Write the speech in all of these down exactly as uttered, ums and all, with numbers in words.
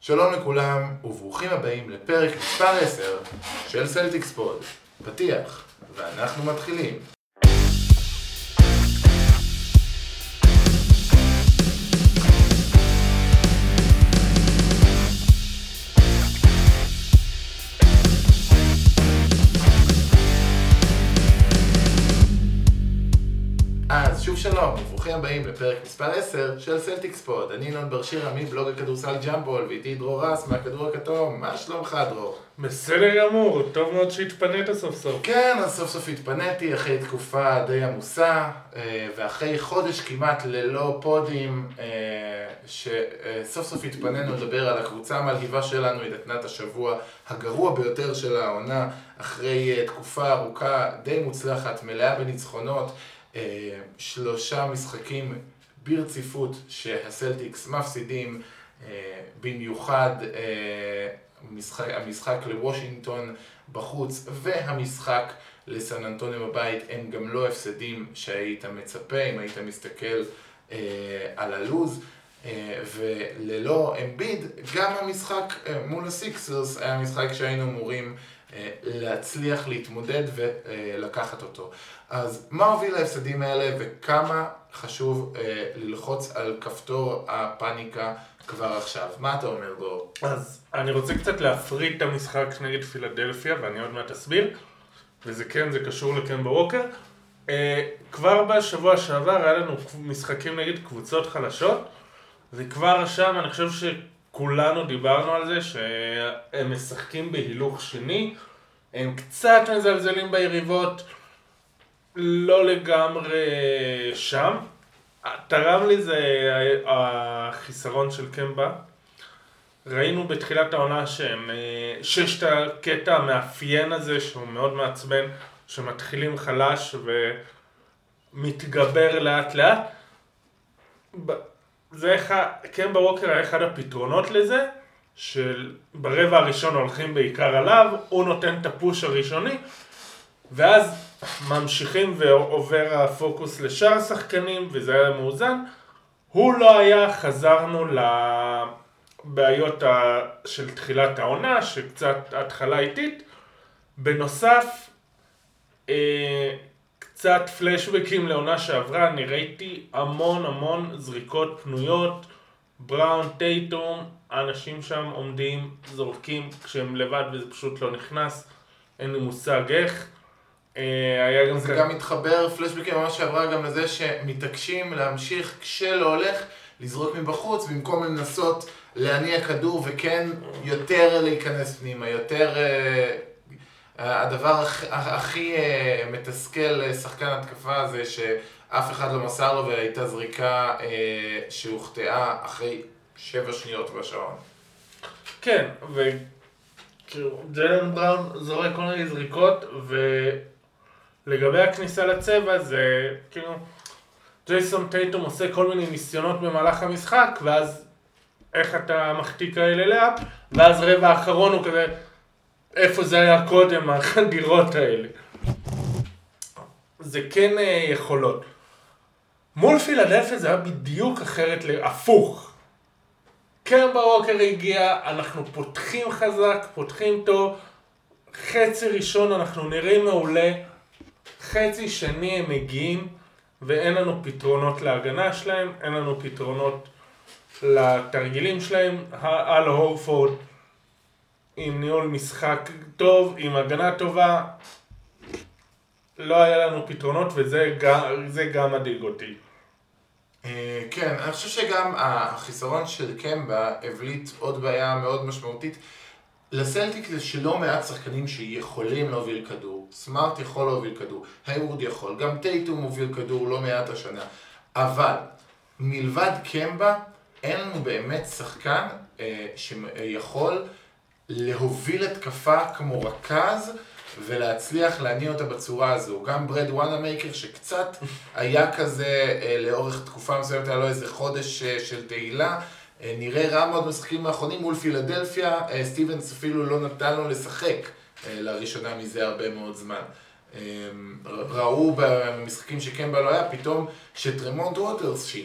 שלום לכולם וברוכים הבאים לפרק מספר עשר של סלטיקס פוד. פתיח, ואנחנו מתחילים. אז שוב שלום, וברוכים הבאים לפרק מספר עשר של סלטיקס פוד. אני ינון בר שירה מבלוג הכדורסל ג'מבול, ואיתי דרור רס מהכדור הכתום. מה שלומך דרור? בסדר גמור, טוב מאוד שהתפנית סוף סוף. כן, אז סוף סוף התפניתי אחרי תקופה די עמוסה, ואחרי חודש כמעט ללא פודים, שסוף סוף התפנינו לדבר על הקבוצה המלהיבה שלנו, היא נתנה את השבוע הגרוע ביותר של העונה, אחרי תקופה ארוכה די מוצלחת, מלאה בניצחונות, שלושה משחקים ברציפות שהסלטיקס מפסידים, במיוחד המשחק, המשחק לוושינגטון בחוץ והמשחק לסן אנטוניו בבית הם גם לא הפסדים שהיית מצפה אם היית מסתכל על הלוז, וללא אמביד גם המשחק מול הסיקסרס היה משחק שהיינו אמורים להצליח להתמודד ולקחת אותו. אז מה הוביל להפסדים האלה וכמה חשוב ללחוץ על כפתור הפאניקה כבר עכשיו? מה אתה אומר דרור? אז אני רוצה קצת להפריד את המשחק נגד פילדלפיה ואני עוד מעט אסביר, וזה כן, זה קשור לקמבה ווקר. כבר בשבוע שעבר היה לנו משחקים נגד קבוצות חלשות, וכבר שם אני חושב שכולנו דיברנו על זה שהם משחקים בהילוך שני, הם קצת מזלזלים ביריבות, לא לגמרי שם. תרם לי זה החיסרון של קמבה. ראינו בתחילת העונה שהם, שיש את הקטע המאפיין הזה שהוא מאוד מעצבן, שמתחילים חלש ומתגבר לאט לאט. זה קמבה ווקר היה אחד הפתרונות לזה, שברבע הראשון הולכים בעיקר עליו, הוא נותן את הפוש הראשוני, ואז ממשיכים ועובר הפוקוס לשאר השחקנים, וזה היה מאוזן. הוא לא היה, חזרנו לבעיות של תחילת העונה, שקצת התחלה איטית. בנוסף, קצת פלשבקים לעונה שעברה, אני ראיתי המון המון זריקות פנויות, בראון, טייטום, האנשים שם עומדים, זורקים כשהם לבד וזה פשוט לא נכנס, אין לי מושג איך. היה גם זה גם מתחבר פלשבקים ממש שעברה גם לזה שמתעקשים להמשיך כשלא הולך לזרוק מבחוץ במקום לנסות להניע כדור וכן יותר להיכנס פנימה, יותר הדבר הכי מתסכל שחקן התקפה זה שאף אחד לא מסר לו והייתה זריקה שהוחטאה אחרי שבע שניות בשעון. כן, וג'יילן בראון זורק כל מיני זריקות, ולגבי הכניסה לצבע זה כאילו ג'ייסון טייטום עושה כל מיני ניסיונות במהלך המשחק, ואז איך אתה מחטיא כאלה לאפ, ואז רבע האחרון הוא כזה איפה זה היה קודם, החדירות האלה. זה כן יכולות. מול פילדלפיה זה היה בדיוק אחרת, הפוך. קמבה ווקר הגיע, אנחנו פותחים חזק, פותחים טוב, חצי ראשון אנחנו נראים מעולה, חצי שני הם מגיעים, ואין לנו פתרונות להגנה שלהם, אין לנו פתרונות לתרגילים שלהם. על הורפורד עם ניהול משחק טוב, עם הגנה טובה, לא היה לנו פתרונות, וזה גם, זה גם מדאיג אותי. כן, אני חושב שגם החיסרון של קמבה הבליט עוד בעיה מאוד משמעותית. לסלטיק יש לא מעט שחקנים שיכולים להוביל כדור, סמארט יכול להוביל כדור, הייוורד יכול, גם טייטום מוביל כדור לא מעט השנה, אבל מלבד קמבה אין לנו באמת שחקן אה, שיכול להוביל התקפה כמו רכז ולהצליח להניע אותה בצורה הזו. גם ברד וואנאמייקר שקצת היה כזה לאורך תקופה מסוימת, היה לו איזה חודש של תהילה, נראה רע מאוד משחקים האחרונים מול פילדלפיה, סטיבנס אפילו לא נתן לו לשחק לראשונה מזה הרבה מאוד זמן. ראו במשחקים שקמבה לא היה, פתאום שטרמונט ווטרס, שעם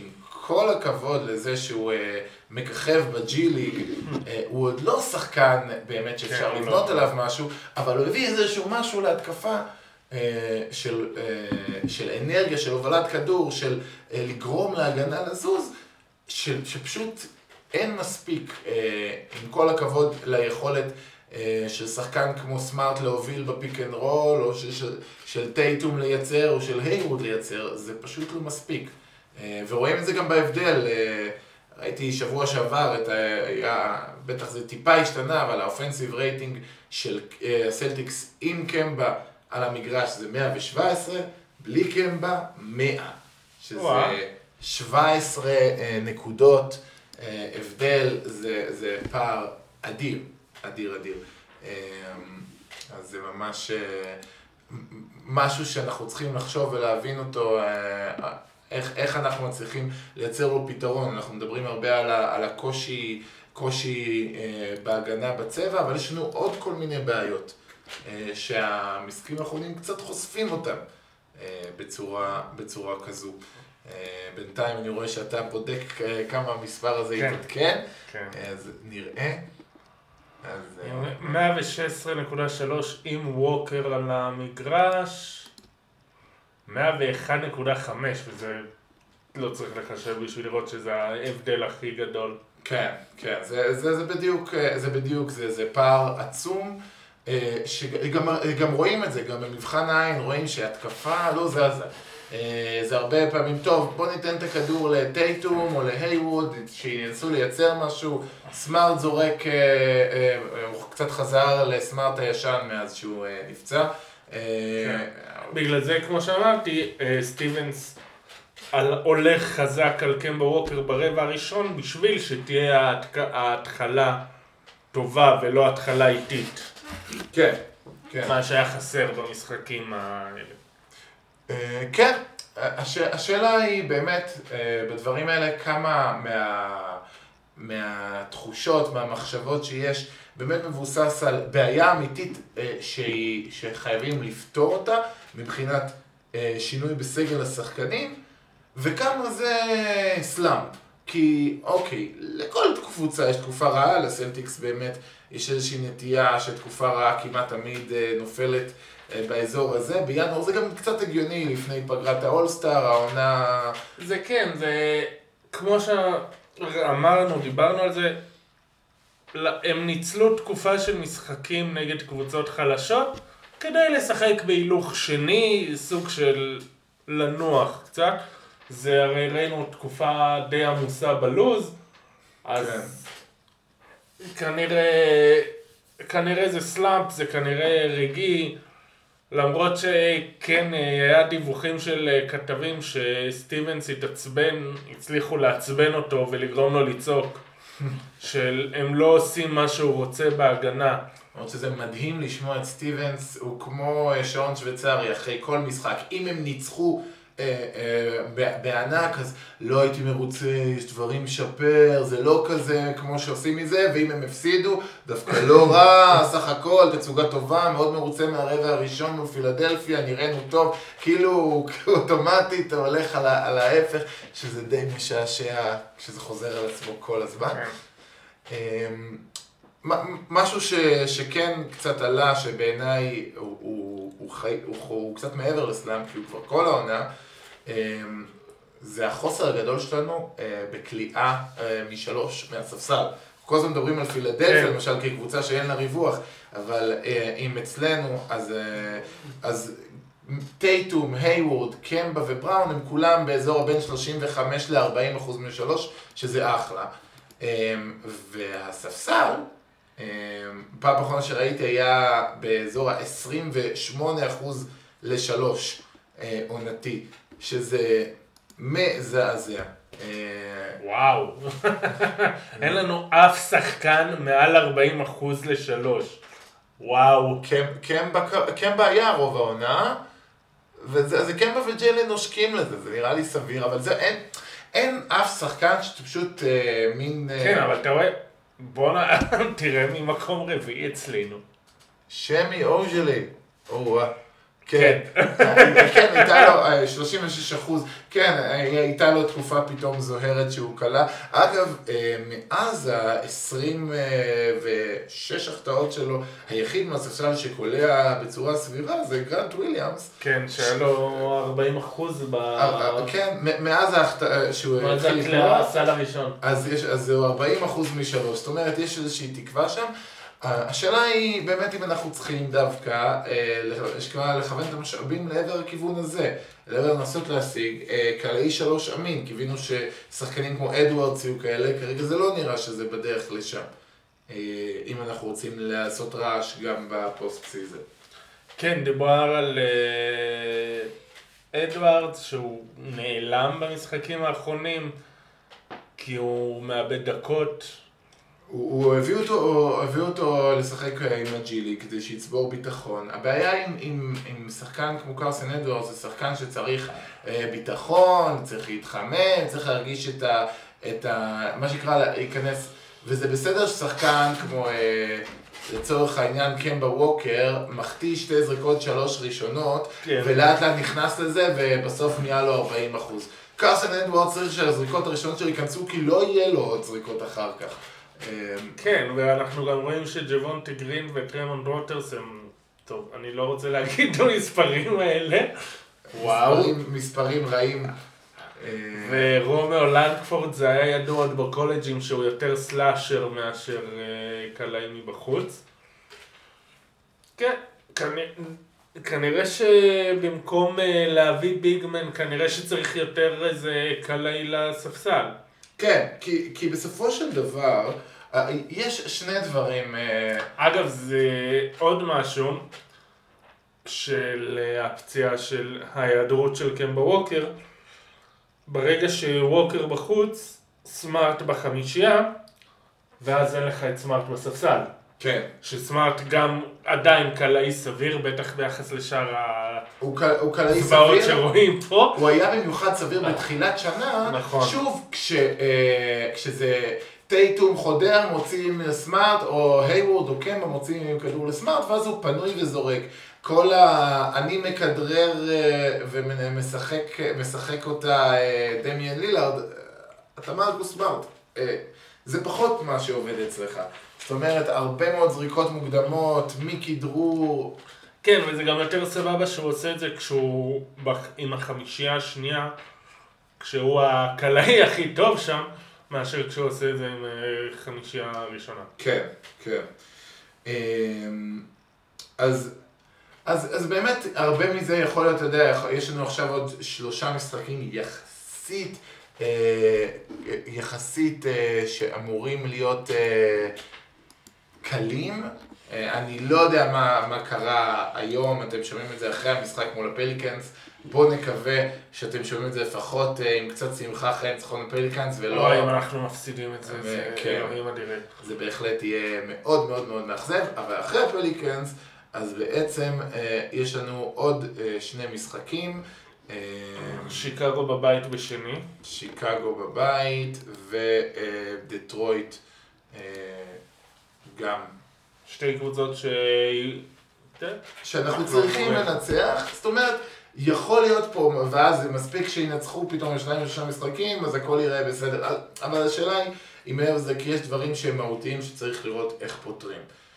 כל הכבוד לזה שהוא מככב בג'י ליג, הוא עוד לא שחקן באמת שאפשר לבנות עליו משהו, אבל הוא הביא איזשהו משהו להתקפה של, של אנרגיה, של הובלת כדור, של לגרום להגנה לזוז, של, שפשוט אין מספיק, עם כל הכבוד ליכולת של שחקן כמו סמארט להוביל בפיק אנד רול, או של, של, של טייטום לייצר, או של הייווד לייצר, זה פשוט לא מספיק. ורואים את זה גם בהבדל, ראיתי שבוע שעבר, את ה... היה, בטח זה טיפה השתנה, אבל האופנסיב רייטינג של הסלטיקס עם קמבה על המגרש זה מאה ושבע עשרה, בלי קמבה מאה, שזה שבע עשרה נקודות הבדל, זה, זה פער אדיר, אדיר אדיר. אז זה ממש משהו שאנחנו צריכים לחשוב ולהבין אותו, איך, איך אנחנו מצליחים לייצר לו פתרון. אנחנו מדברים הרבה על, ה, על הקושי קושי, אה, בהגנה בצבע, אבל יש לנו עוד כל מיני בעיות אה, שהמשחקים האחרונים קצת חושפים אותם אה, בצורה, בצורה כזו. אה, בינתיים אני רואה שאתה בודק אה, כמה המספר הזה כן. יתעדכן, כן. אה, אז נראה. אז, אה, מאה ושש עשרה נקודה שלוש עם ווקר על המגרש. מאה ואחת נקודה חמש, וזה לא צריך לחשב בשביל לראות שזה ההבדל הכי גדול. כן, כן, זה, זה, זה בדיוק, זה בדיוק, זה, זה פער עצום, שגם גם רואים את זה, גם במבחן העין רואים שהתקפה לא זזה. זה הרבה פעמים, טוב, בוא ניתן את הכדור לטייטום או להייווד, שינסו לייצר משהו, סמארט זורק, הוא קצת חזר לסמארט הישן מאז שהוא נפצע. בגלל זה, כמו שאמרתי, סטיבנס הולך חזק על קמבה ווקר ברבע הראשון, בשביל שתהיה ההתחלה טובה ולא התחלה איטית. כן, כן. מה שהיה חסר במשחקים האלה. כן, השאלה היא באמת, בדברים האלה, כמה מהתחושות, מהמחשבות שיש, באמת מבוסס על בעיה אמיתית שחייבים לפתור אותה מבחינת שינוי בסגל השחקנים, וכמה זה סלאמפ. כי אוקיי, לכל קבוצה יש תקופה רעה, לסלטיקס באמת יש איזושהי נטייה שתקופה רעה כמעט תמיד נופלת באזור הזה. בינואר זה גם קצת הגיוני לפני פגרת האולסטאר, העונה... זה כן, זה כמו שאמרנו, דיברנו על זה, הם ניצלו תקופה של משחקים נגד קבוצות חלשות כדי לשחק בהילוך שני, סוג של לנוח קצת. זה הרי ראינו תקופה די עמוסה בלוז, אז כן. כנראה, כנראה זה סלאמפ, זה כנראה רגעי, למרות שכן היה דיווחים של כתבים שסטיבנס התעצבן, הצליחו לעצבן אותו ולגרום לו לצעוק. שהם לא עושים מה שהוא רוצה בהגנה. למרות שזה מדהים לשמוע את סטיבנס, הוא כמו שעון שוויצרי, אחרי כל משחק. אם הם ניצחו אה, אה, בענק, אז לא הייתי מרוצה, יש דברים לשפר, זה לא כזה כמו שעושים מזה, ואם הם הפסידו, דווקא לא רע, סך הכל, תצוגה טובה, מאוד מרוצה מהרבע הראשון מול פילדלפיה, נראינו טוב, כאילו אוטומטית הולך על, על ההפך, שזה די משעשע כשזה חוזר על עצמו כל הזמן. משהו ש, שכן קצת עלה, שבעיניי הוא, הוא, הוא, חי, הוא, הוא קצת מעבר לסלאם, כי הוא כבר כל העונה, זה החוסר הגדול שלנו בקליעה משלוש מהספסל. כל הזמן מדברים על פילדלפיה, למשל כקבוצה שאין לה ריווח, אבל אם אצלנו, אז, אז טייטום, הייווד, קמבה ובראון, הם כולם באזור הבין שלושים וחמש לארבעים אחוז משלוש, שזה אחלה. והספסל, פעם האחרונה שראיתי היה באזור ה-עשרים ושמונה אחוז לשלוש עונתי, שזה מזעזע. וואו, אין לנו אף שחקן מעל ארבעים אחוז לשלוש. וואו. קמבה היה רוב העונה, וזה קמבה וג'יילן נושקים לזה, זה נראה לי סביר, אבל זה אין... אין אף שחקן שפשוט אה, מין... כן, אה... אבל אתה רואה, בוא נ... תראה ממקום רביעי אצלנו. שמי אוג'לי. או, כן, כן, הייתה לו שלושים ושש אחוז, כן, הייתה לו תקופה פתאום זוהרת שהוא קלה. אגב, מאז ה-עשרים ושש החטאות שלו, היחיד מהספסל שקולע בצורה סבירה זה גרנט וויליאמס. כן, שהיה לו ארבעים אחוז ב... כן, מאז ההחטאה שהוא התחיל לקלוע. הסל הראשון. אז זהו ארבעים אחוז משלוש, זאת אומרת, יש איזושהי תקווה שם. השאלה היא באמת אם אנחנו צריכים דווקא לכוון את המשאבים לעבר הכיוון הזה, לעבר לנסות להשיג קלעי שלוש אמין, קיווינו ששחקנים כמו אדוארדס יהיו כאלה, כרגע זה לא נראה שזה בדרך לשם, אם אנחנו רוצים לעשות רעש גם בפוסט סיזן. כן, דיבר על אדוארדס שהוא נעלם במשחקים האחרונים, כי הוא מאבד דקות. הוא הביא אותו, הביא אותו לשחק עם הג'ילי כדי שיצבור ביטחון. הבעיה עם, עם, עם שחקן כמו קרסן אדוארדס זה שחקן שצריך אה, ביטחון, צריך להתחמם, צריך להרגיש את ה... את ה מה שקרא להיכנס, וזה בסדר ששחקן כמו אה, לצורך העניין קמבה ווקר מחטיא שתי זריקות שלוש ראשונות, כן. ולאט לאט נכנס לזה ובסוף נהיה לו ארבעים אחוז. קרסן אדוארדס צריך שהזריקות הראשונות שלו ייכנסו כי לא יהיה לו עוד זריקות אחר כך. כן, ואנחנו גם רואים שג'וונטי גרין וטרמונד ווטרס הם... טוב, אני לא רוצה להגיד את המספרים האלה. וואו. מספרים רעים. ורומאו לנגפורד זה היה ידוע עוד בקולג'ים שהוא יותר סלאשר מאשר קלעי מבחוץ. כן, כנראה שבמקום להביא ביגמן, כנראה שצריך יותר איזה קלעי לספסל. כן, כי, כי בסופו של דבר, יש שני דברים... אגב, זה עוד משהו של הפציעה של ההיעדרות של קמבה ווקר. ברגע שווקר בחוץ, סמארט בחמישייה, ואז אין לך את סמארט בספסל. כן. שסמארט גם עדיין קלעי סביר, בטח ביחס לשאר הצבאות שרואים פה. הוא היה במיוחד סביר בתחילת שנה. נכון. שוב, כש, כשזה טייטום חודר מוצאים לסמארט, או הייוורד או קמבה מוצאים כדור לסמארט, ואז הוא פנוי וזורק. כל ה... אני מכדרר ומשחק משחק אותה דמיאן לילארד, אתה מרקוס סמארט. זה פחות מה שעובד אצלך. זאת אומרת, הרבה מאוד זריקות מוקדמות, מכדרור. כן, וזה גם יותר סבבה שהוא עושה את זה כשהוא עם החמישייה השנייה, כשהוא הקלעי הכי טוב שם, מאשר כשהוא עושה את זה עם חמישייה הראשונה. כן, כן. אז, אז, אז באמת, הרבה מזה יכול להיות, אתה יודע, יש לנו עכשיו עוד שלושה משחקים יחסית, יחסית שאמורים להיות קלים. אני לא יודע מה, מה קרה היום, אתם שומעים את זה אחרי המשחק מול הפליקנס. בואו נקווה שאתם שומעים את זה לפחות עם קצת שמחה אחרי ניצחון הפליקנס ולא... אוי, אם אנחנו מפסידים את זה, זה אלוהים אדירים. זה בהחלט יהיה מאוד מאוד מאוד מאכזב, אבל אחרי הפליקנס, אז בעצם יש לנו עוד שני משחקים. שיקגו בבית בשני. שיקגו בבית ודטרויט גם. שתי קבוצות ש... שאנחנו צריכים לנצח, זאת אומרת, יכול להיות פה, ואז זה מספיק שינצחו פתאום לשניים ושלושה משחקים, אז הכל יראה בסדר. אבל השאלה היא, אם מעבר זה, כי יש דברים שהם מהותיים שצריך לראות איך פותרים.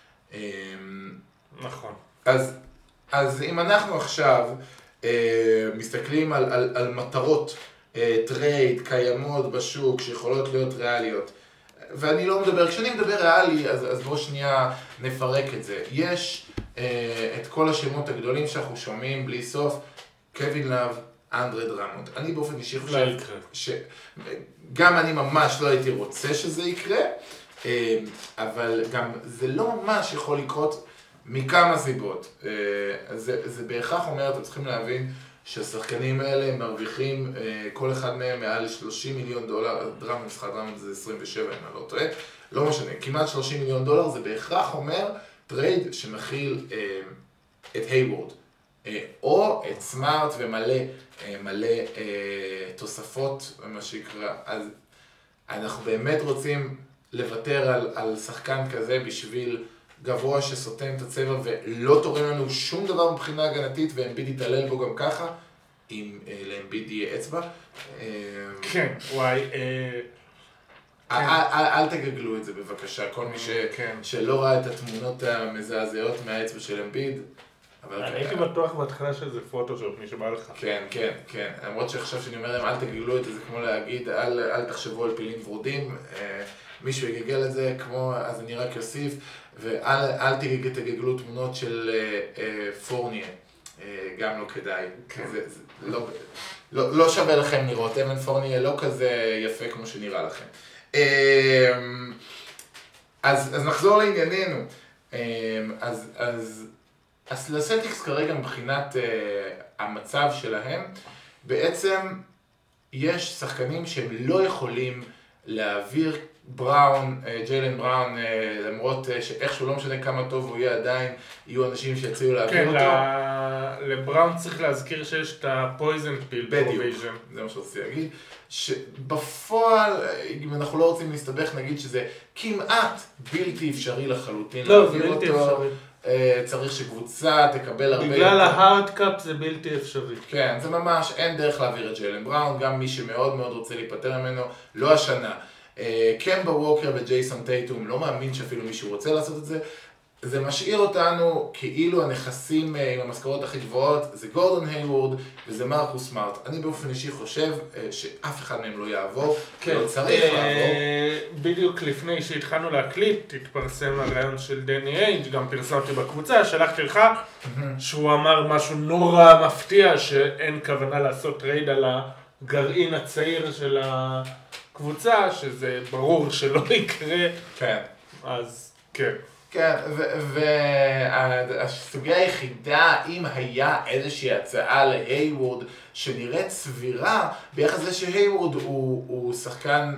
נכון. אז, אז אם אנחנו עכשיו מסתכלים על, על, על מטרות טרייד קיימות בשוק שיכולות להיות ריאליות, ואני לא מדבר, כשאני מדבר ריאלי, אז, אז בואו שנייה נפרק את זה. יש אה, את כל השמות הגדולים שאנחנו שומעים בלי סוף, קווין לאב, אנדרי דרמונד. אני באופן אישי חושב שגם אני ממש לא הייתי רוצה שזה יקרה, אה, אבל גם זה לא ממש יכול לקרות מכמה סיבות. אה, זה, זה בהכרח אומר, אתם צריכים להבין, שהשחקנים האלה מרוויחים, כל אחד מהם מעל שלושים מיליון דולר, דרמונד, שכר דרמונד זה עשרים ושבע, אם אני לא טועה, לא משנה, כמעט שלושים מיליון דולר, זה בהכרח אומר טרייד שמכיל אה, את הייוורד, אה, או את סמארט ומלא אה, מלא אה, תוספות, מה שיקרא. אז אנחנו באמת רוצים לוותר על, על שחקן כזה בשביל גבוה שסותם את הצבע ולא תורם לנו שום דבר מבחינה הגנתית, ואמביד יתעלל בו גם ככה, אם לאמביד יהיה אצבע. כן, וואי. אל תגגלו את זה בבקשה, כל מי שלא ראה את התמונות המזעזעות מהאצבע של אמביד. אני הייתי בטוח בהתחלה שזה פוטושופ, מי שבא לך. כן, כן, כן. למרות שעכשיו שאני אומר להם, אל תגגלו את זה, זה כמו להגיד, אל תחשבו על פילים ורודים. מישהו יגגל את זה, כמו, אז אני רק אוסיף, ואל תגגלו תמונות של פורניה. גם לא כדאי. לא שווה לכם לראות, אבן פורניה לא כזה יפה כמו שנראה לכם. אז נחזור לענייננו. אז לסלטיקס כרגע מבחינת המצב שלהם, בעצם יש שחקנים שהם לא יכולים להעביר בראון, ג'יילן בראון, למרות שאיכשהו לא משנה כמה טוב הוא יהיה עדיין, יהיו אנשים שיציעו להעביר אותו. כן, לבראון צריך להזכיר שיש את הפויזן פיל פרוביז'ן. זה מה שרציתי להגיד. שבפועל, אם אנחנו לא רוצים להסתבך, נגיד שזה כמעט בלתי אפשרי לחלוטין להעביר אותו. לא, זה בלתי אפשרי. צריך שקבוצה תקבל הרבה... בגלל ההארד קאפ זה בלתי אפשרי. כן, זה ממש, אין דרך להעביר את ג'יילן בראון, גם מי שמאוד מאוד רוצה להיפטר ממנו, לא השנה. קמבה ווקר וג'ייסון טייטום, לא מאמין שאפילו מישהו רוצה לעשות את זה. זה משאיר אותנו כאילו הנכסים עם המשכורות הכי גבוהות, זה גורדון היוורד וזה מרקוס סמארט. אני באופן אישי חושב שאף אחד מהם לא יעבור, לא צריך לעבור. בדיוק לפני שהתחלנו להקליט, התפרסם הרעיון של דני אייג', גם פרסמתי בקבוצה, שלחתי לך, שהוא אמר משהו נורא מפתיע, שאין כוונה לעשות טרייד על הגרעין הצעיר של הקבוצה, שזה ברור שלא יקרה. כן. אז כן. כן, והסוגיה היחידה, אם היה איזושהי הצעה להייוורד שנראית סבירה, ביחס לזה שהייוורד הוא שחקן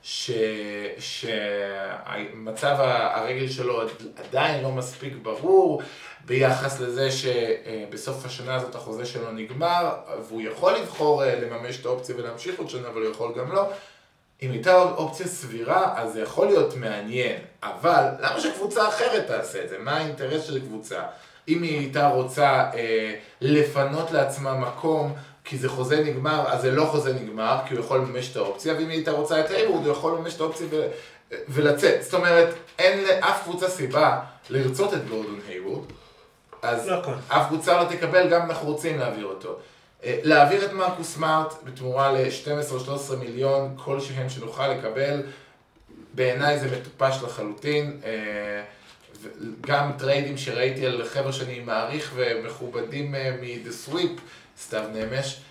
שמצב הרגל שלו עדיין לא מספיק ברור, ביחס לזה שבסוף השנה הזאת החוזה שלו נגמר, והוא יכול לבחור לממש את האופציה ולהמשיך עוד שנה, אבל הוא יכול גם לא. אם הייתה אופציה סבירה, אז זה יכול להיות מעניין, אבל למה שקבוצה אחרת תעשה את זה? מה האינטרס של קבוצה? אם היא הייתה רוצה אה, לפנות לעצמה מקום, כי זה חוזה נגמר, אז זה לא חוזה נגמר, כי הוא יכול לממש את האופציה, ואם היא הייתה רוצה את הייוורד, הוא יכול לממש את האופציה ו... ולצאת. זאת אומרת, אין לאף קבוצה סיבה לרצות את גורדון הייוורד, אז לא אף קבוצה לא תקבל, גם אנחנו רוצים להעביר אותו. להעביר את מרקוס סמארט בתמורה ל-שנים עשר שלוש עשרה מיליון כלשהם שנוכל לקבל, בעיניי זה מטופש לחלוטין. גם טריידים שראיתי על חבר'ה שאני מעריך ומכובדים מ-The Sweep, סתיו נמש,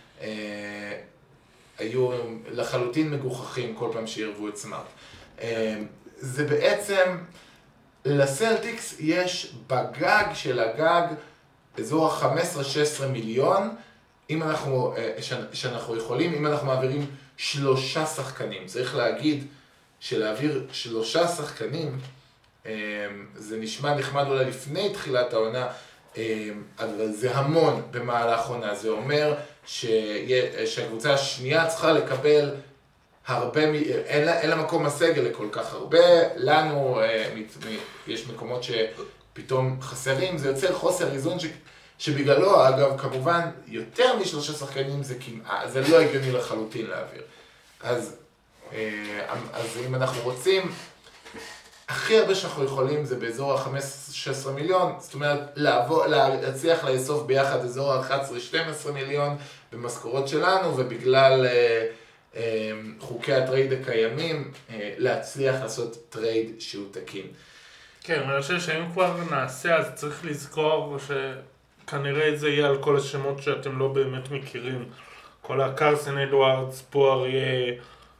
היו לחלוטין מגוחכים כל פעם שירבו את סמארט. זה בעצם, לסלטיקס יש בגג של הגג אזור ה-חמש עשרה שש עשרה מיליון, אם אנחנו, שאנחנו יכולים, אם אנחנו מעבירים שלושה שחקנים. צריך להגיד שלהעביר שלושה שחקנים, זה נשמע נחמד אולי לפני תחילת העונה, אבל זה המון במהלך עונה. זה אומר שהקבוצה השנייה צריכה לקבל הרבה, אין לה, אין לה מקום הסגל לכל כך הרבה, לנו יש מקומות שפתאום חסרים, זה יוצר חוסר איזון ש... שבגללו, אגב, כמובן, יותר משלושה שחקנים זה כמעט, זה לא הגיוני לחלוטין להעביר. אז, אז אם אנחנו רוצים, הכי הרבה שאנחנו יכולים זה באזור ה-חמש עשרה שש עשרה מיליון, זאת אומרת, לעבור, להצליח לאסוף ביחד אזור ה-אחת עשרה שתים עשרה מיליון במשכורות שלנו, ובגלל חוקי הטרייד הקיימים, להצליח לעשות טרייד שהוא תקין. כן, אני חושב שאם כבר נעשה, אז צריך לזכור ש... כנראה זה יהיה על כל השמות שאתם לא באמת מכירים. כל הקרסן אדוארדס, פה אריה,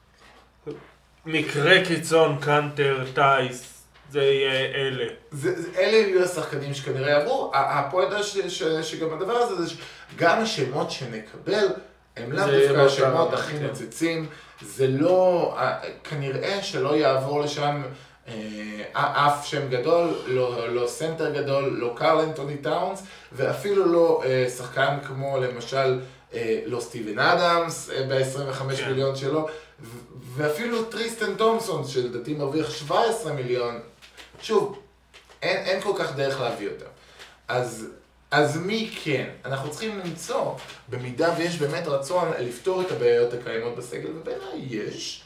מקרה קיצון, קאנטר, טייס, זה יהיה אלה. זה, זה, אלה יהיו השחקנים שכנראה יעברו. הפועדה ש, ש, שגם הדבר הזה, זה שגם השמות שנקבל, הם לא דווקא השמות הכי נוצצים. זה לא, כנראה שלא יעבור לשם אף שם גדול, לא, לא סנטר גדול, לא קרל אנטוני טאונס, ואפילו לא שחקן כמו למשל לא סטיבן אדמס ב-עשרים וחמישה כן. מיליון שלו, ואפילו טריסטן תומפסון שלדעתי מרוויח שבע עשרה מיליון. שוב, אין, אין כל כך דרך להביא אותם. אז, אז מי כן? אנחנו צריכים למצוא, במידה ויש באמת רצון לפתור את הבעיות הקיימות בסגל, ובעיניי יש.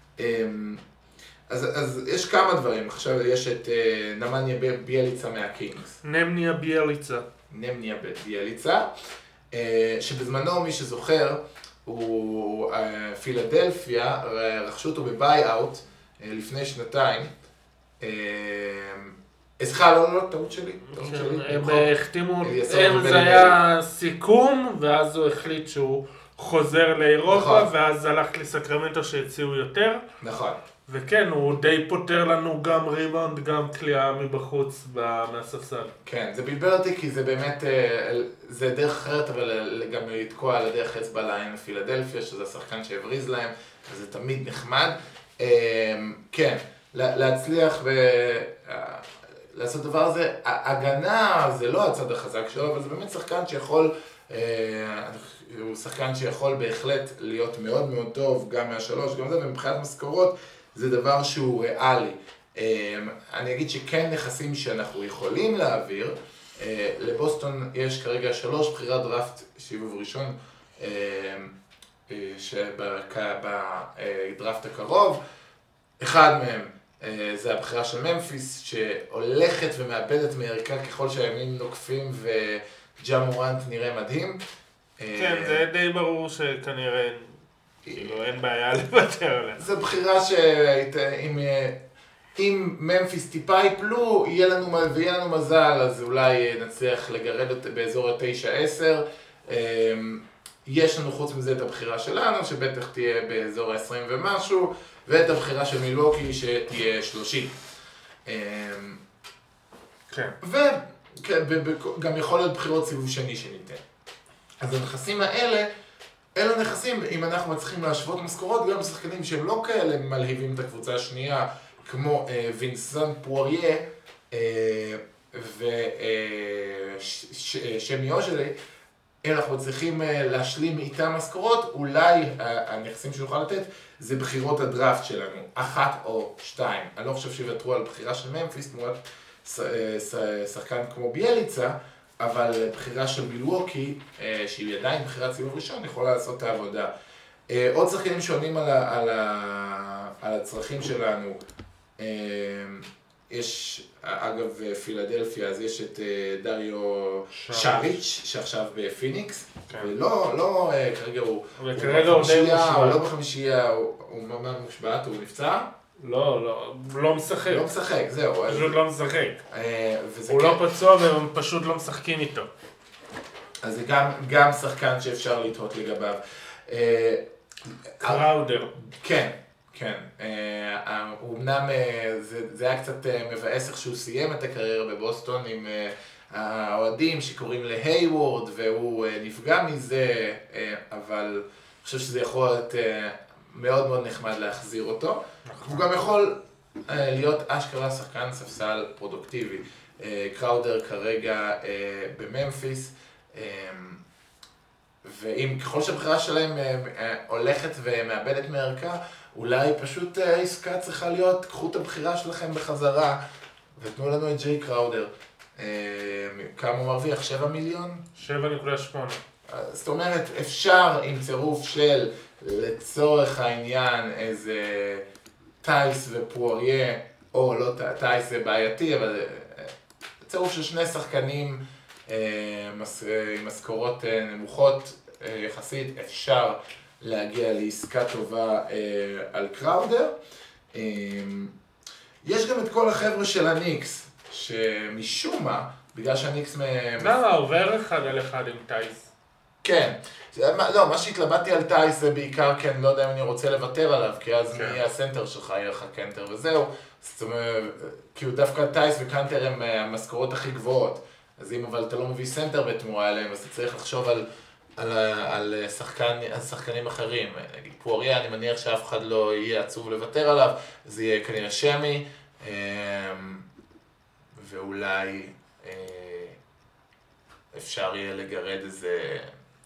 אז, אז יש כמה דברים, עכשיו יש את נמניה ביאליצה מהקינגס. נמניה ביאליצה. נמניה ביאליצה, שבזמנו מי שזוכר, הוא פילדלפיה, רכשו אותו בביי-אוט לפני שנתיים. סליחה, לא, לא, טעות שלי. הם החתימו, זה היה סיכום, ואז הוא החליט שהוא חוזר לאירופה, ואז הלך לסקרמנטו שהציעו יותר. נכון. וכן, הוא די פותר לנו גם ריבאונד, גם קליעה מבחוץ מהספסל. כן, זה בלבל אותי כי זה באמת, זה דרך אחרת, אבל גם לתקוע על הדרך אצבע לעין פילדלפיה, שזה השחקן שהבריז להם, וזה תמיד נחמד. כן, להצליח ולעשות דבר הזה, הגנה זה לא הצד החזק שלו, אבל זה באמת שחקן שיכול, הוא שחקן שיכול בהחלט להיות מאוד מאוד טוב, גם מהשלוש, גם זה, ומבחינת משכורות, זה דבר שהוא ריאלי. אני אגיד שכן נכסים שאנחנו יכולים להעביר, לבוסטון יש כרגע שלוש בחירת דראפט שיבוב ראשון בדראפט הקרוב. אחד מהם זה הבחירה של ממפיס שהולכת ומאבדת מערכה ככל שהימים נוקפים וג'ה מורנט נראה מדהים. כן, זה די ברור שכנראה כאילו אין בעיה לוותר עליה. זו בחירה שאם ממפיס טיפה יפלו, יהיה לנו, ויהיה לנו מזל, אז אולי נצליח לגרד אותה באזור ה-תשע עשר. יש לנו חוץ מזה את הבחירה שלנו, שבטח תהיה באזור ה-עשרים ומשהו, ואת הבחירה של מילווקי שתהיה שלושים. כן. וגם יכול להיות בחירות סיבוב שני שניתן. אז הנכסים האלה, אלו נכסים, אם אנחנו מצליחים להשוות משכורות, גם שחקנים שהם לא כאלה מלהיבים את הקבוצה השנייה, כמו אה, וינסן פואריה אה, ושמי אוז'לי, אנחנו צריכים אה, להשלים איתם משכורות, אולי אה, הנכסים שנוכל לתת זה בחירות הדראפט שלנו, אחת או שתיים. אני לא חושב שיוותרו על בחירה של ממפיס, תמורת ש, ש, שחקן כמו ביאליצה, אבל בחירה של מילווקי, שהיא עדיין בחירת סיבוב ראשון, יכולה לעשות את העבודה. עוד שחקנים שעונים על, ה, על, ה, על הצרכים שלנו, יש, אגב, פילדלפיה, אז יש את דריו שריץ', שעכשיו בפיניקס, כן. ולא, לא, כרגע הוא, הוא בחמישייה, הוא לא בחמישייה, הוא, הוא ממש מושבעת, הוא נפצע. לא, לא, הוא לא משחק. לא משחק, זהו. פשוט לא משחק. הוא לא פצוע והם פשוט לא משחקים איתו. אז זה גם, גם שחקן שאפשר לתהות לגביו. קראודר. כן, כן. הוא אמנם, זה, זה היה קצת מבאס איך שהוא סיים את הקריירה בבוסטון עם האוהדים שקוראים להייוורד והוא נפגע מזה, אבל אני חושב שזה יכול להיות מאוד מאוד נחמד להחזיר אותו. הוא גם יכול להיות אשכרה שחקן ספסל פרודוקטיבי. קראודר כרגע בממפיס, ואם ככל שהבחירה שלהם הולכת ומאבדת מערכה, אולי פשוט העסקה צריכה להיות, קחו את הבחירה שלכם בחזרה ותנו לנו את ג'יי קראודר. כמה הוא מרוויח? שבע מיליון? שבע נקודה שמונה. זאת אומרת, אפשר עם צירוף של, לצורך העניין, איזה טייס ופואריה, או לא, טייס זה בעייתי, אבל צירוף של שני שחקנים עם משכורות נמוכות יחסית, אפשר להגיע לעסקה טובה על קראודר. יש גם את כל החבר'ה של הניקס, שמשום מה, בגלל שהניקס... לא, עובר אחד על אחד עם טייס. כן. לא, מה שהתלבטתי על טייס זה בעיקר, כן, לא יודע אם אני רוצה לוותר עליו, כי אז מי יהיה הסנטר שלך, יהיה לך קנטר וזהו. זאת אומרת, כאילו דווקא טייס וקנטר הם המשכורות הכי גבוהות. אז אם אבל אתה לא מביא סנטר בתמורה אליהם, אז אתה צריך לחשוב על, על, על, שחקן, על שחקנים אחרים. נגיד פואריה, אני מניח שאף אחד לא יהיה עצוב לוותר עליו, זה יהיה כנראה שמי, ואולי אפשר יהיה לגרד איזה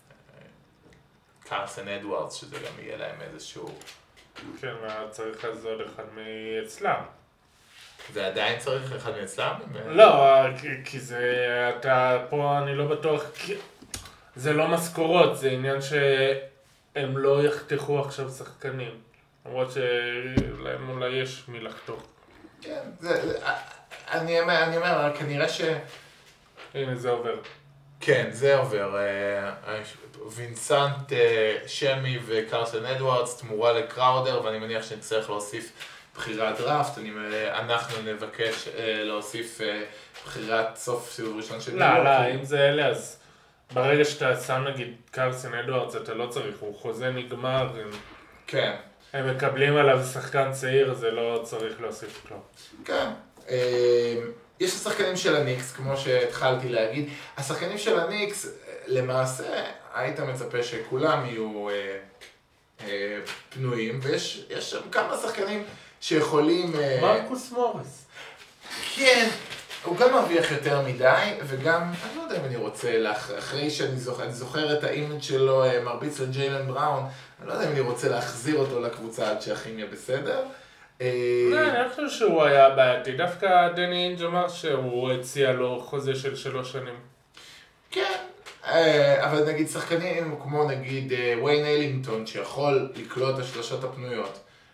קרסן אדוארדס, שזה גם יהיה להם איזשהו... כן, צריך אז עוד אחד מאצלם. זה עדיין צריך אחד מאצלם? לא, כי זה, אתה פה, אני לא בטוח, זה לא משכורות, זה עניין שהם לא יחתכו עכשיו שחקנים. למרות שלהם אולי יש מי לחתוך. כן, אני אומר, כנראה ש... הנה, זה עובר. כן, זה עובר. וינסנט שמי וקרסן אדוארדס תמורה לקראודר, ואני מניח שנצטרך להוסיף בחירת דראפט. אנחנו נבקש להוסיף בחירת סוף סיבוב ראשון של ניו יורק. לא, לא, אם זה אלה, אז ברגע שאתה שם נגיד קרסן אדוארדס, אתה לא צריך, הוא חוזה נגמר. כן. הם מקבלים עליו שחקן צעיר, זה לא צריך להוסיף כלום. כן. יש השחקנים של הניקס, כמו שהתחלתי להגיד. השחקנים של הניקס, למעשה, היית מצפה שכולם יהיו אה, אה, פנויים, ויש שם כמה שחקנים שיכולים... אה, מרקוס מוריס. כן, הוא גם מרוויח יותר מדי, וגם, אני לא יודע אם אני רוצה, לאח... אחרי שאני זוכר, אני זוכר את האימג' שלו אה, מרביץ לג'יילן בראון, אני לא יודע אם אני רוצה להחזיר אותו לקבוצה עד שהכימיה בסדר. לא, אני חושב שהוא היה בעייתי. דווקא דני אינג' אמר שהוא הציע לו חוזה של שלוש שנים. כן, אבל נגיד שחקנים כמו נגיד וויין אלינגטון שיכול לקלוט את השלושות הפנויות.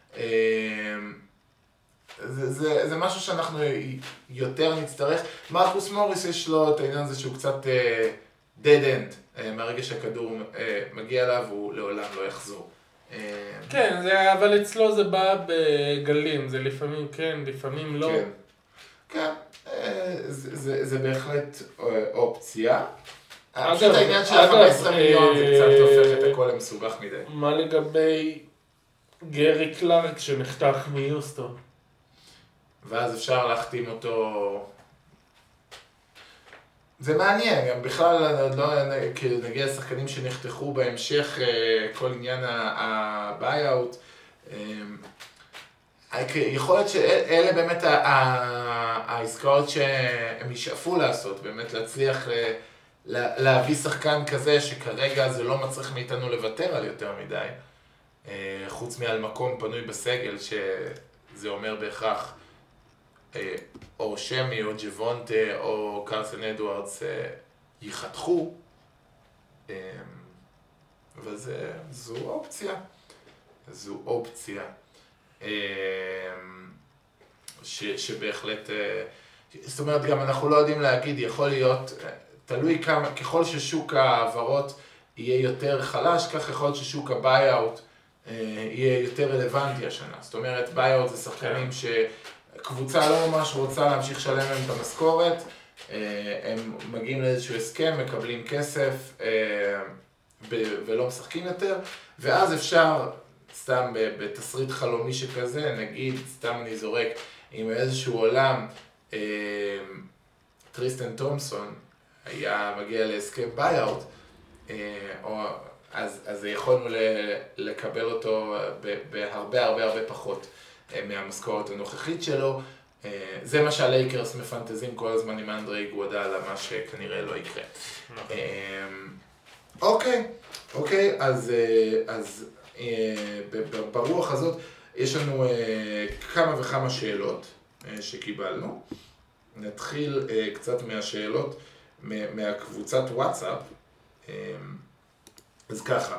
זה, זה, זה משהו שאנחנו יותר נצטרך. מרקוס מוריס יש לו את העניין הזה שהוא קצת dead end. מהרגע שהכדור מגיע אליו הוא לעולם לא יחזור. כן, זה, אבל אצלו זה בא בגלים, זה לפעמים כן, לפעמים לא. כן, כן. זה, זה, זה בהחלט אופציה. פשוט העניין של ה-חמישה עשר מיליון זה קצת הופך את הכל למסובך מדי. מה לגבי גרי קלארק שנחתך מיוסטון? ואז אפשר להחתים אותו... זה מעניין, גם בכלל עוד לא נגיע לשחקנים שנחתכו בהמשך כל עניין ה-buyout. יכול להיות שאלה באמת העסקאות שהם ישאפו לעשות, באמת להצליח להביא שחקן כזה שכרגע זה לא מצריך מאיתנו לוותר על יותר מדי, חוץ מעל מקום פנוי בסגל שזה אומר בהכרח או שמי או ג'וונטה או קרסן אדוארדס ייחתכו, וזו אופציה, זו אופציה ש, שבהחלט, זאת אומרת גם אנחנו לא יודעים להגיד, יכול להיות, תלוי כמה, ככל ששוק העברות יהיה יותר חלש, כך יכול להיות ששוק הביי-אוט יהיה יותר רלוונטי השנה. זאת אומרת, ביי-אוט זה שחקנים שקבוצה לא ממש רוצה להמשיך לשלם להם את המשכורת, הם מגיעים לאיזשהו הסכם, מקבלים כסף ולא משחקים יותר, ואז אפשר, סתם בתסריט חלומי שכזה, נגיד, סתם אני זורק, עם איזשהו עולם, טריסטן תומפסון היה מגיע להסכם ביי-אוט, אז, אז יכולנו לקבל אותו בהרבה הרבה הרבה פחות מהמשכורת הנוכחית שלו. זה מה שהלייקרס מפנטזים כל הזמן עם אנדרי גואדאלה, מה שכנראה לא יקרה. אוקיי, אוקיי, אז, אז ברוח הזאת יש לנו כמה וכמה שאלות שקיבלנו. נתחיל קצת מהשאלות מהקבוצת וואטסאפ. אז ככה,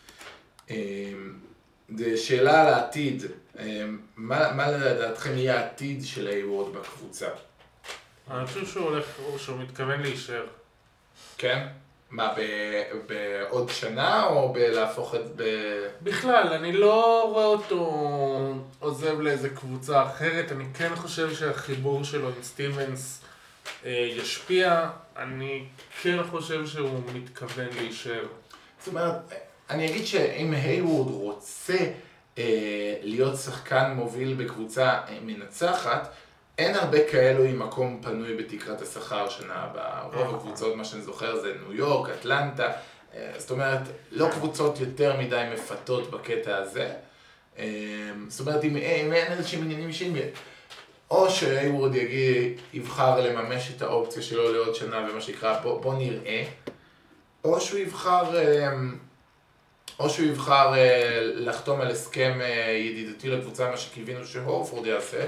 שאלה על העתיד, מה, מה לדעתכם יהיה העתיד של היוורד בקבוצה? אני חושב שהוא הולך, שהוא מתכוון להישאר. כן? מה, בעוד שנה או בלהפוך את ב... בכלל, אני לא רואה אותו עוזב לאיזה קבוצה אחרת, אני כן חושב שהחיבור שלו עם סטיבנס ישפיע, אני כן חושב שהוא מתכוון להישאר. זאת אומרת, אני אגיד שאם היוורד רוצה אה, להיות שחקן מוביל בקבוצה מנצחת, אין הרבה כאלו עם מקום פנוי בתקרת השכר שנה הבאה. רוב הקבוצות, מה שאני זוכר, זה ניו יורק, אטלנטה, אה, זאת אומרת, לא קבוצות יותר מדי מפתות בקטע הזה. אה, זאת אומרת, אם, אם אין איזושהי עניינים אישיים, או שהיוורד יגיד, יבחר לממש את האופציה שלו לעוד שנה ומה שנקרא, בוא, בוא נראה, או שהוא יבחר, או שהוא יבחר לחתום על הסכם ידידותי לקבוצה, מה שקיווינו שהורפורד יעשה,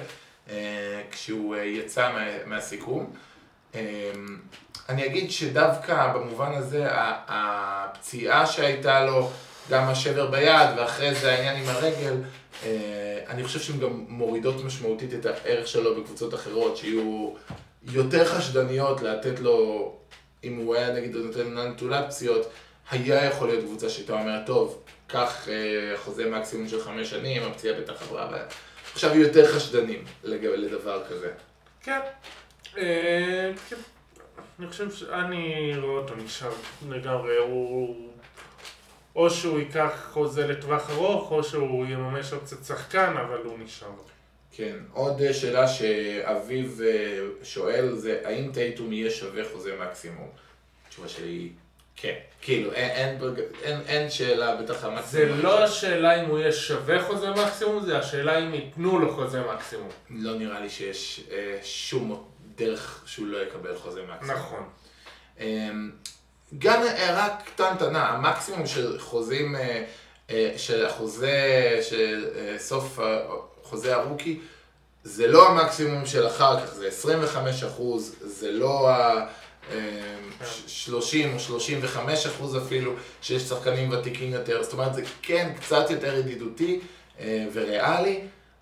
כשהוא יצא מהסיכום. אני אגיד שדווקא במובן הזה, הפציעה שהייתה לו, גם השבר ביד ואחרי זה העניין עם הרגל, אני חושב שהן גם מורידות משמעותית את הערך שלו בקבוצות אחרות, שיהיו יותר חשדניות לתת לו, אם הוא היה נגיד נותן נטולת פציעות, היה יכול להיות קבוצה שאתה אומרת, טוב, קח חוזה מקסימום של חמש שנים, הפציעה בטח עברה, עכשיו יהיו יותר חשדנים לדבר כזה. כן, כן. אני חושב שאני רואה אותו נשאר לגמרי, הוא... או שהוא ייקח חוזה לטווח ארוך, או שהוא יממש עוד קצת שחקן, אבל הוא נשאר. כן, עוד שאלה שאביב שואל זה, האם טייטום יהיה שווה חוזה מקסימום? התשובה שלי היא כן. כאילו, אין, אין, אין, אין שאלה בטח המקסימום. זה לא השאלה אם הוא יהיה שווה חוזה מקסימום, זה השאלה אם ייתנו לו חוזה מקסימום. לא נראה לי שיש אה, שום דרך שהוא לא יקבל חוזה מקסימום. נכון. אה, גם הערה קטנטנה, המקסימום של חוזים, אה, אה, של החוזה, של אה, סוף חוזה הרוקי, זה לא המקסימום של אחר כך, זה עשרים וחמישה אחוז, זה לא ה... שלושים או שלושים וחמישה אחוז אפילו, שיש שחקנים ותיקים יותר, זאת אומרת זה כן קצת יותר ידידותי וריאלי,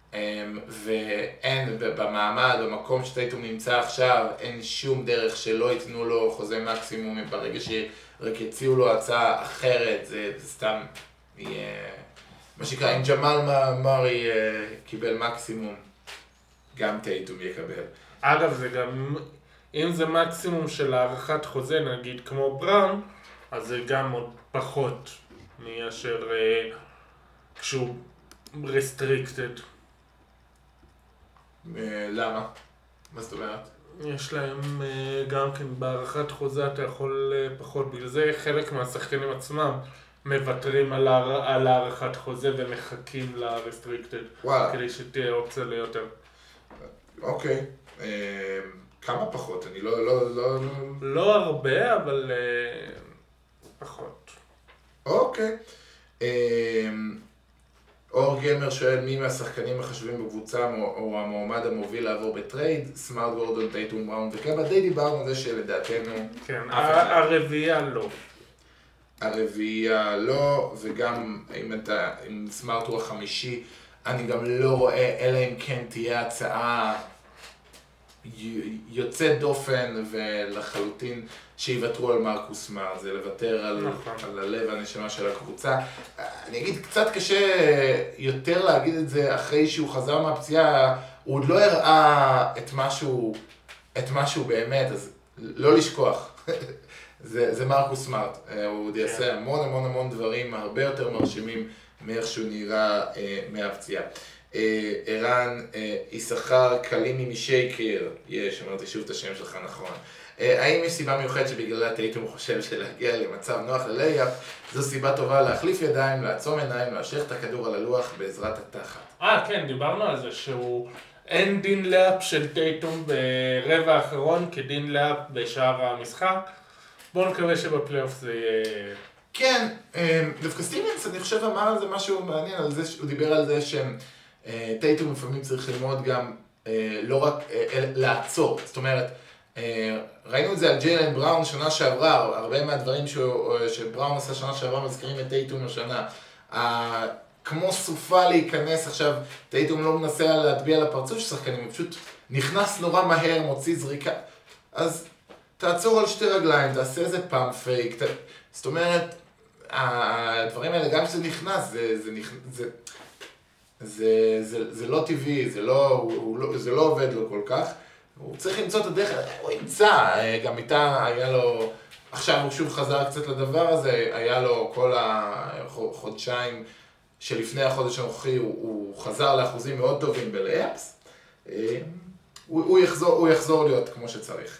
ואין במעמד, במקום שטייטום נמצא עכשיו, אין שום דרך שלא ייתנו לו חוזה מקסימום, ברגע שרק יציעו לו הצעה אחרת, זה, זה סתם יהיה, מה שקרה, אם ג'מאל מרי קיבל מקסימום, גם טייטום יקבל. אגב, זה גם... אם זה מקסימום של הערכת חוזה, נגיד כמו בראון, אז זה גם עוד פחות מאשר אה, כשהוא restricted. אה, למה? מה זאת אומרת? יש להם אה, גם כן בערכת חוזה אתה יכול אה, פחות, בגלל זה חלק מהשחקנים עצמם מוותרים על, הער, על הערכת חוזה ומחכים ל-restricted. וואלה. כדי שתהיה אופציה ליותר. אוקיי. אה... כמה פחות? אני לא... לא, לא... לא הרבה, אבל אה, פחות. אוקיי. אה, אור גלמר שואל מי מהשחקנים החשובים בקבוצה או המועמד המוביל לעבור בטרייד, סמארט גורדון, טייטום בראון וקבא, די דיברנו על זה שלדעתנו... כן, הרביעייה לא. הרביעייה לא, וגם אם אתה, אם סמארט הוא החמישי, אני גם לא רואה, אלא אם כן תהיה הצעה... יוצא דופן ולחלוטין שיוותרו על מרקוס סמארט, זה לוותר על, על הלב והנשמה של הקבוצה. אני אגיד, קצת קשה יותר להגיד את זה אחרי שהוא חזר מהפציעה, הוא עוד לא הראה את משהו, את משהו באמת, אז לא לשכוח. זה, זה מרקוס סמארט, הוא עוד יעשה המון המון המון דברים הרבה יותר מרשימים מאיך שהוא נראה מהפציעה. ערן יששכר קלימי משייקר, יש, אמרתי שוב את השם שלך נכון. האם יש סיבה מיוחדת שבגללה טייטום חושב שלהגיע למצב נוח ללייאפ זו סיבה טובה להחליף ידיים, לעצום עיניים, להשליך את הכדור על הלוח בעזרת התחת? אה, כן, דיברנו על זה שהוא אין דין לאפ של טייטום ברבע האחרון כדין לאפ בשאר המשחק. בואו נקווה שבפלייאוף זה יהיה... כן, דווקא סטיבנס, אני חושב אמר על זה משהו מעניין, על זה שהוא דיבר על זה שהם טייטום לפעמים צריך ללמוד גם לא רק לעצור, זאת אומרת, ראינו את זה על ג'יילן בראון שנה שעברה, הרבה מהדברים שבראון עשה שנה שעברה מזכירים את טייטום השנה. כמו סופה להיכנס עכשיו, טייטום לא מנסה להטביע לפרצוף של שחקנים, הוא פשוט נכנס נורא מהר, מוציא זריקה, אז תעצור על שתי רגליים, תעשה איזה פעם פייק, זאת אומרת, הדברים האלה גם כשזה נכנס, זה, זה, זה, זה, זה, זה לא טבעי, זה לא, הוא, הוא, זה לא עובד לו כל כך, הוא צריך למצוא את הדרך, הוא ימצא, גם איתה היה לו, עכשיו הוא שוב חזר קצת לדבר הזה, היה לו כל החודשיים שלפני החודש הנוכחי, הוא, הוא חזר לאחוזים מאוד טובים בלייפס, הוא, הוא, יחזור, הוא יחזור להיות כמו שצריך.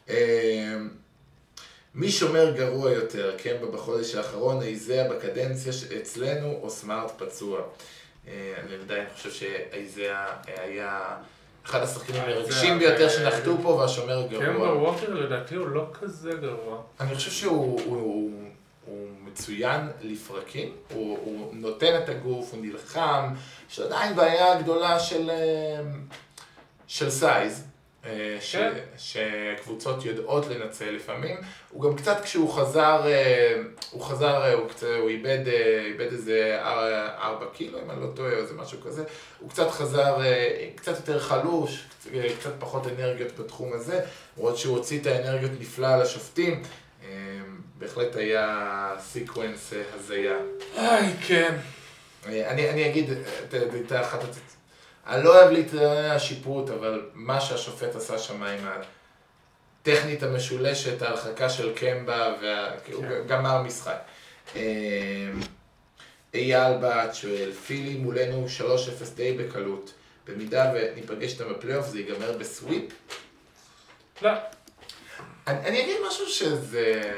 מי שומר גרוע יותר, קמבה בחודש האחרון, איזיה בקדנציה אצלנו או סמארט פצוע? אני עדיין חושב שאיזיה היה אחד השחקנים הרגשים ביותר שנחתו פה והשומר גרוע. קמבה ווקר לדעתי הוא לא כזה גרוע. אני חושב שהוא הוא, הוא מצוין לפרקים, הוא, הוא נותן את הגוף, הוא נלחם, יש עדיין בעיה גדולה של... של סייז, ש... כן. שקבוצות יודעות לנצל לפעמים. הוא גם קצת כשהוא חזר, הוא חזר, הוא, קצת, הוא איבד, איבד איזה ארבע קילו, אם אני לא טועה, או איזה משהו כזה. הוא קצת חזר, קצת יותר חלוש, קצת פחות אנרגיות בתחום הזה, למרות שהוא הוציא את האנרגיות נפלא לשופטים. בהחלט היה סיקוונס הזיה. איי, כן. אני, אני אגיד, את האחת, אני לא אוהב להתראה השיפוט, אבל מה שהשופט עשה שם עם הטכנית המשולשת, ההרחקה של קמבה, והוא גמר משחק. אייל בת שואל, פילי מולנו שלוש אפס די בקלות, במידה וניפגש איתם בפלייאוף זה ייגמר בסוויפ? לא. אני, אני אגיד משהו שזה...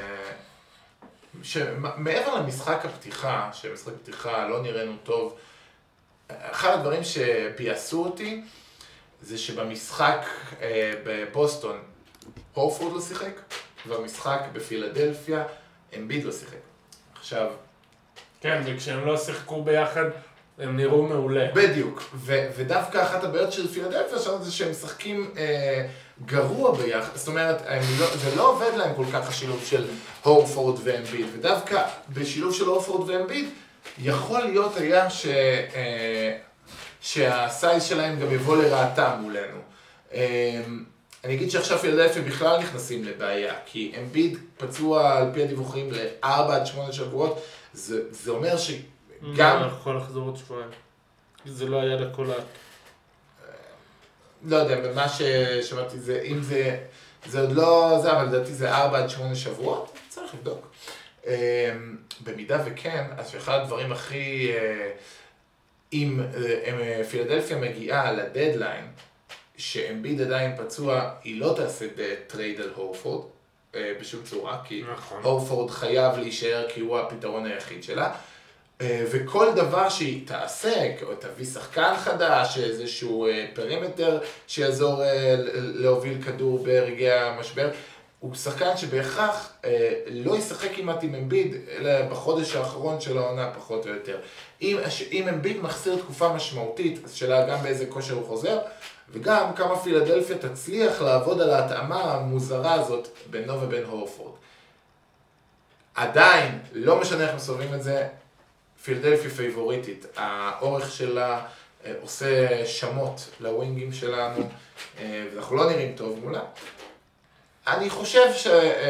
שמעבר למשחק הפתיחה, שמשחק פתיחה לא נראינו טוב, אחד הדברים שפייסו אותי זה שבמשחק אה, בבוסטון הורפורד לא שיחק, ובמשחק בפילדלפיה אמביד לא שיחק. עכשיו... כן, וכשהם לא שיחקו ביחד הם נראו מעולה. בדיוק, ו- ודווקא אחת הבעיות של פילדלפיה שם זה שהם משחקים אה, גרוע ביחד, זאת אומרת, לא, זה לא עובד להם כל כך השילוב של הורפורד ואמביד, ודווקא בשילוב של הורפורד ואמביד יכול להיות היה ש, אה, שהסייז שלהם גם יבוא לרעתם מולנו. אה, אני אגיד שעכשיו פילדלפיה בכלל נכנסים לבעיה, כי אמביד פצוע על פי הדיווחים ל-ארבע עד שמונה שבועות, זה, זה אומר ש... גם... לא, יכול לחזור עוד שבועיים. זה לא היה לקולט. לא יודע, במה ששמעתי זה, אם זה, זה עוד לא זה, אבל לדעתי זה ארבע עד שמונה שבועות, צריך לבדוק. במידה וכן, אז אחד הדברים הכי, אם פילדלפיה מגיעה לדדליין, שאמביד עדיין פצוע, היא לא תעשה טרייד על הורפורד, בשום צורה, כי נכון. הורפורד חייב להישאר כי הוא הפתרון היחיד שלה. וכל דבר שהיא תעשה, או תביא שחקן חדש, איזשהו פרימטר שיעזור להוביל כדור ברגעי המשבר, הוא שחקן שבהכרח לא ישחק כמעט עם אמביד, אלא בחודש האחרון של העונה פחות או יותר. אם, אם אמביד מחסיר תקופה משמעותית, אז שאלה גם באיזה כושר הוא חוזר, וגם כמה פילדלפיה תצליח לעבוד על ההתאמה המוזרה הזאת בינו ובין הורפורד. עדיין, לא משנה איך מסובבים את זה, פילדלפיה פייבוריטית, האורך שלה עושה שמות לווינגים שלנו, ואנחנו לא נראים טוב מולה. אני חושב ש...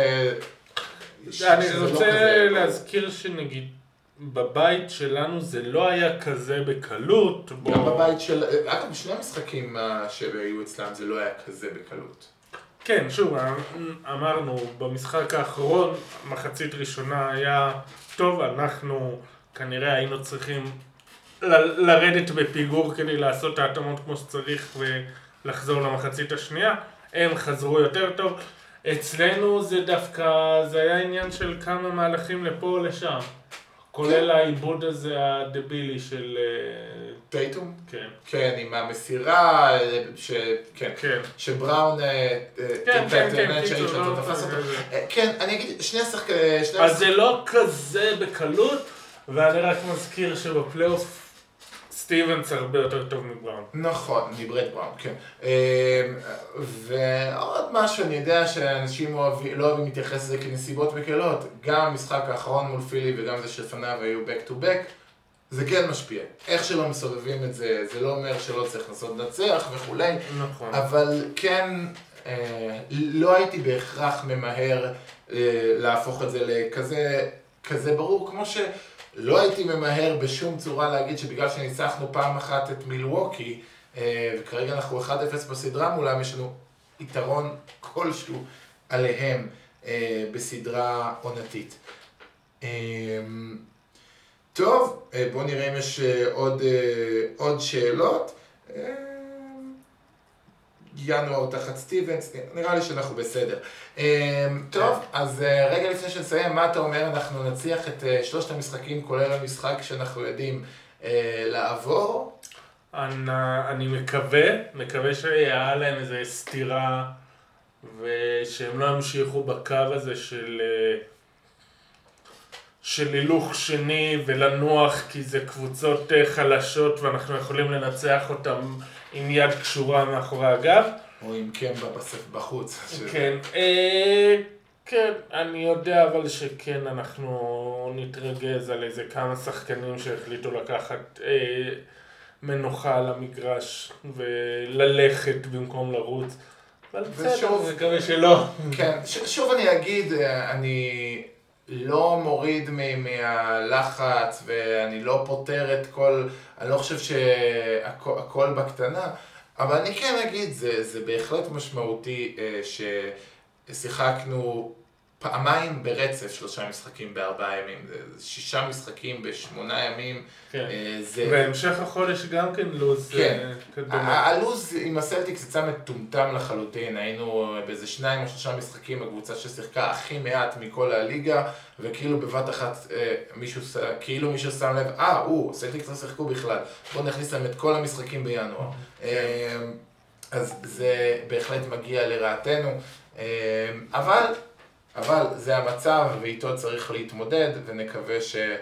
אני רוצה להזכיר שנגיד, בבית שלנו זה לא היה כזה בקלות. גם בבית של... אגב, בשני המשחקים שהיו אצלם זה לא היה כזה בקלות. כן, שוב, אמרנו, במשחק האחרון, מחצית ראשונה היה טוב, אנחנו... כנראה היינו צריכים ל- לרדת בפיגור כדי לעשות את ההתאמות כמו שצריך ולחזור למחצית השנייה. הם חזרו יותר טוב. אצלנו זה דווקא, זה היה עניין של כמה מהלכים לפה או לשם. כולל העיבוד הזה הדבילי של... טייטום? כן. כן, עם המסירה, ש... כן. כן. שבראון... כן, כן, כן, קיצור, לא... כן, אני אגיד, שני השחקנים... אז זה לא כזה בקלות. ואני רק מזכיר שבפלייאוף סטיבנס הרבה יותר טוב מבראון. נכון, מברד בראון, כן. ועוד משהו, אני יודע שאנשים לא אוהבים להתייחס לזה כנסיבות מקלות. גם המשחק האחרון מול פילי וגם זה שלפניו היו back to back, זה כן משפיע. איך שלא מסובבים את זה, זה לא אומר שלא צריך לנסות לנצח וכולי. נכון. אבל כן, לא הייתי בהכרח ממהר להפוך את זה לכזה כזה ברור, כמו ש... לא הייתי ממהר בשום צורה להגיד שבגלל שניצחנו פעם אחת את מילווקי, וכרגע אנחנו אחד אפס בסדרה מולם, יש לנו יתרון כלשהו עליהם בסדרה עונתית. טוב, בואו נראה אם יש עוד, עוד שאלות. ינואר תחת סטיבנס, נראה לי שאנחנו בסדר. טוב, אז רגע לפני שנסיים, מה אתה אומר? אנחנו נצליח את שלושת המשחקים, כולל המשחק שאנחנו יודעים לעבור? אני מקווה, מקווה שיהיה להם איזו סתירה, ושהם לא ימשיכו בקו הזה של... של הילוך שני ולנוח, כי זה קבוצות חלשות ואנחנו יכולים לנצח אותם עם יד קשורה מאחורי הגב. או עם קמבה בסף בחוץ. כן, אה, כן, אני יודע אבל שכן אנחנו נתרגז על איזה כמה שחקנים שהחליטו לקחת אה, מנוחה על המגרש וללכת במקום לרוץ. אבל בסדר, זה מקווה שלא. כן, שוב אני אגיד, אני לא מוריד מהלחץ ואני לא פותר את כל, אני לא חושב שהכל בקטנה, אבל אני כן אגיד, זה, זה בהחלט משמעותי ששיחקנו פעמיים ברצף שלושה משחקים בארבעה ימים, זה שישה משחקים בשמונה ימים. כן. זה... והמשך החודש גם כן לוז. כן. הלוז עם הסלטיקס יצא מטומטם לחלוטין, היינו באיזה שניים או שלושה משחקים, הקבוצה ששיחקה הכי מעט מכל הליגה, וכאילו בבת אחת מישהו, כאילו מישהו שם לב, אה, הוא, סלטיקס לא שיחקו בכלל, בואו נכניס להם את כל המשחקים בינואר. אז זה בהחלט מגיע לרעתנו, אבל... אבל זה המצב ואיתו צריך להתמודד, ונקווה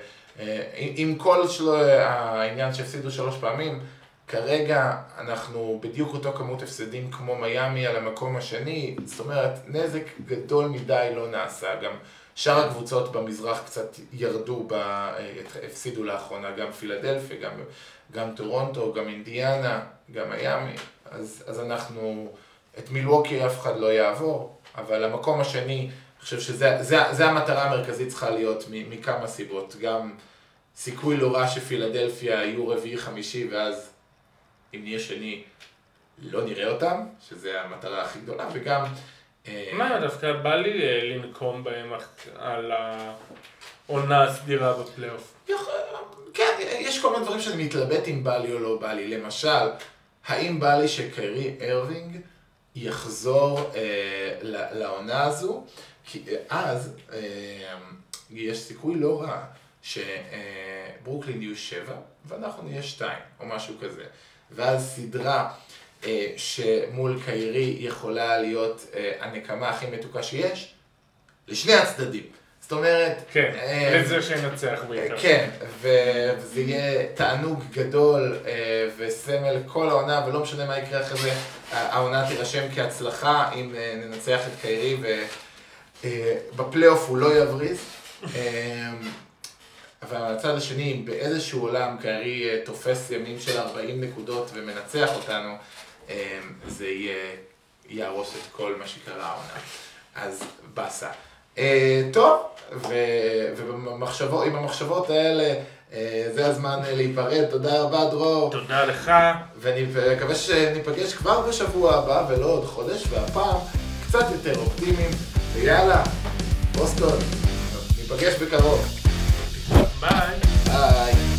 שעם כל שלו, העניין שהפסידו שלוש פעמים, כרגע אנחנו בדיוק אותו כמות הפסדים כמו מיאמי על המקום השני, זאת אומרת נזק גדול מדי לא נעשה, גם שאר הקבוצות במזרח קצת ירדו, הפסידו לאחרונה, גם פילדלפיה, גם, גם טורונטו, גם אינדיאנה, גם מיאמי, אז, אז אנחנו, את מילווקי אף אחד לא יעבור, אבל המקום השני, אני חושב שזה זה, זה המטרה המרכזית צריכה להיות מכמה סיבות, גם סיכוי לא רע שפילדלפיה יהיו רביעי חמישי ואז אם נהיה שני לא נראה אותם, שזה המטרה הכי גדולה, וגם... מה, דווקא בא לי לנקום בהם על העונה הסדירה בפלייאוף. כן, יש כל מיני דברים שאני מתלבט אם בא לי או לא בא לי, למשל, האם בא לי שקיירי ארווינג יחזור לעונה הזו? כי אז אה, יש סיכוי לא רע שברוקלין יהיו שבע ואנחנו נהיה שתיים או משהו כזה. ואז סדרה אה, שמול קיירי יכולה להיות אה, הנקמה הכי מתוקה שיש לשני הצדדים. זאת אומרת... כן, אה, לזה שנצח בעיקר. כן, וזה יהיה תענוג גדול אה, וסמל כל העונה, ולא משנה מה יקרה אחרי זה, העונה תירשם כהצלחה אם אה, ננצח את קיירי ו... בפלייאוף הוא לא יבריז, אבל מהצד השני, אם באיזשהו עולם קיירי תופס ימים של ארבעים נקודות ומנצח אותנו, זה יהרוס את כל מה שקרה העונה. אז בסה. טוב, ועם המחשבות האלה, זה הזמן להיפרד. תודה רבה, דרור. תודה לך. ואני מקווה שניפגש כבר בשבוע הבא ולא עוד חודש, והפעם קצת יותר אופטימיים. ויאללה, בוסטון, ניפגש בקרוב. ביי. ביי.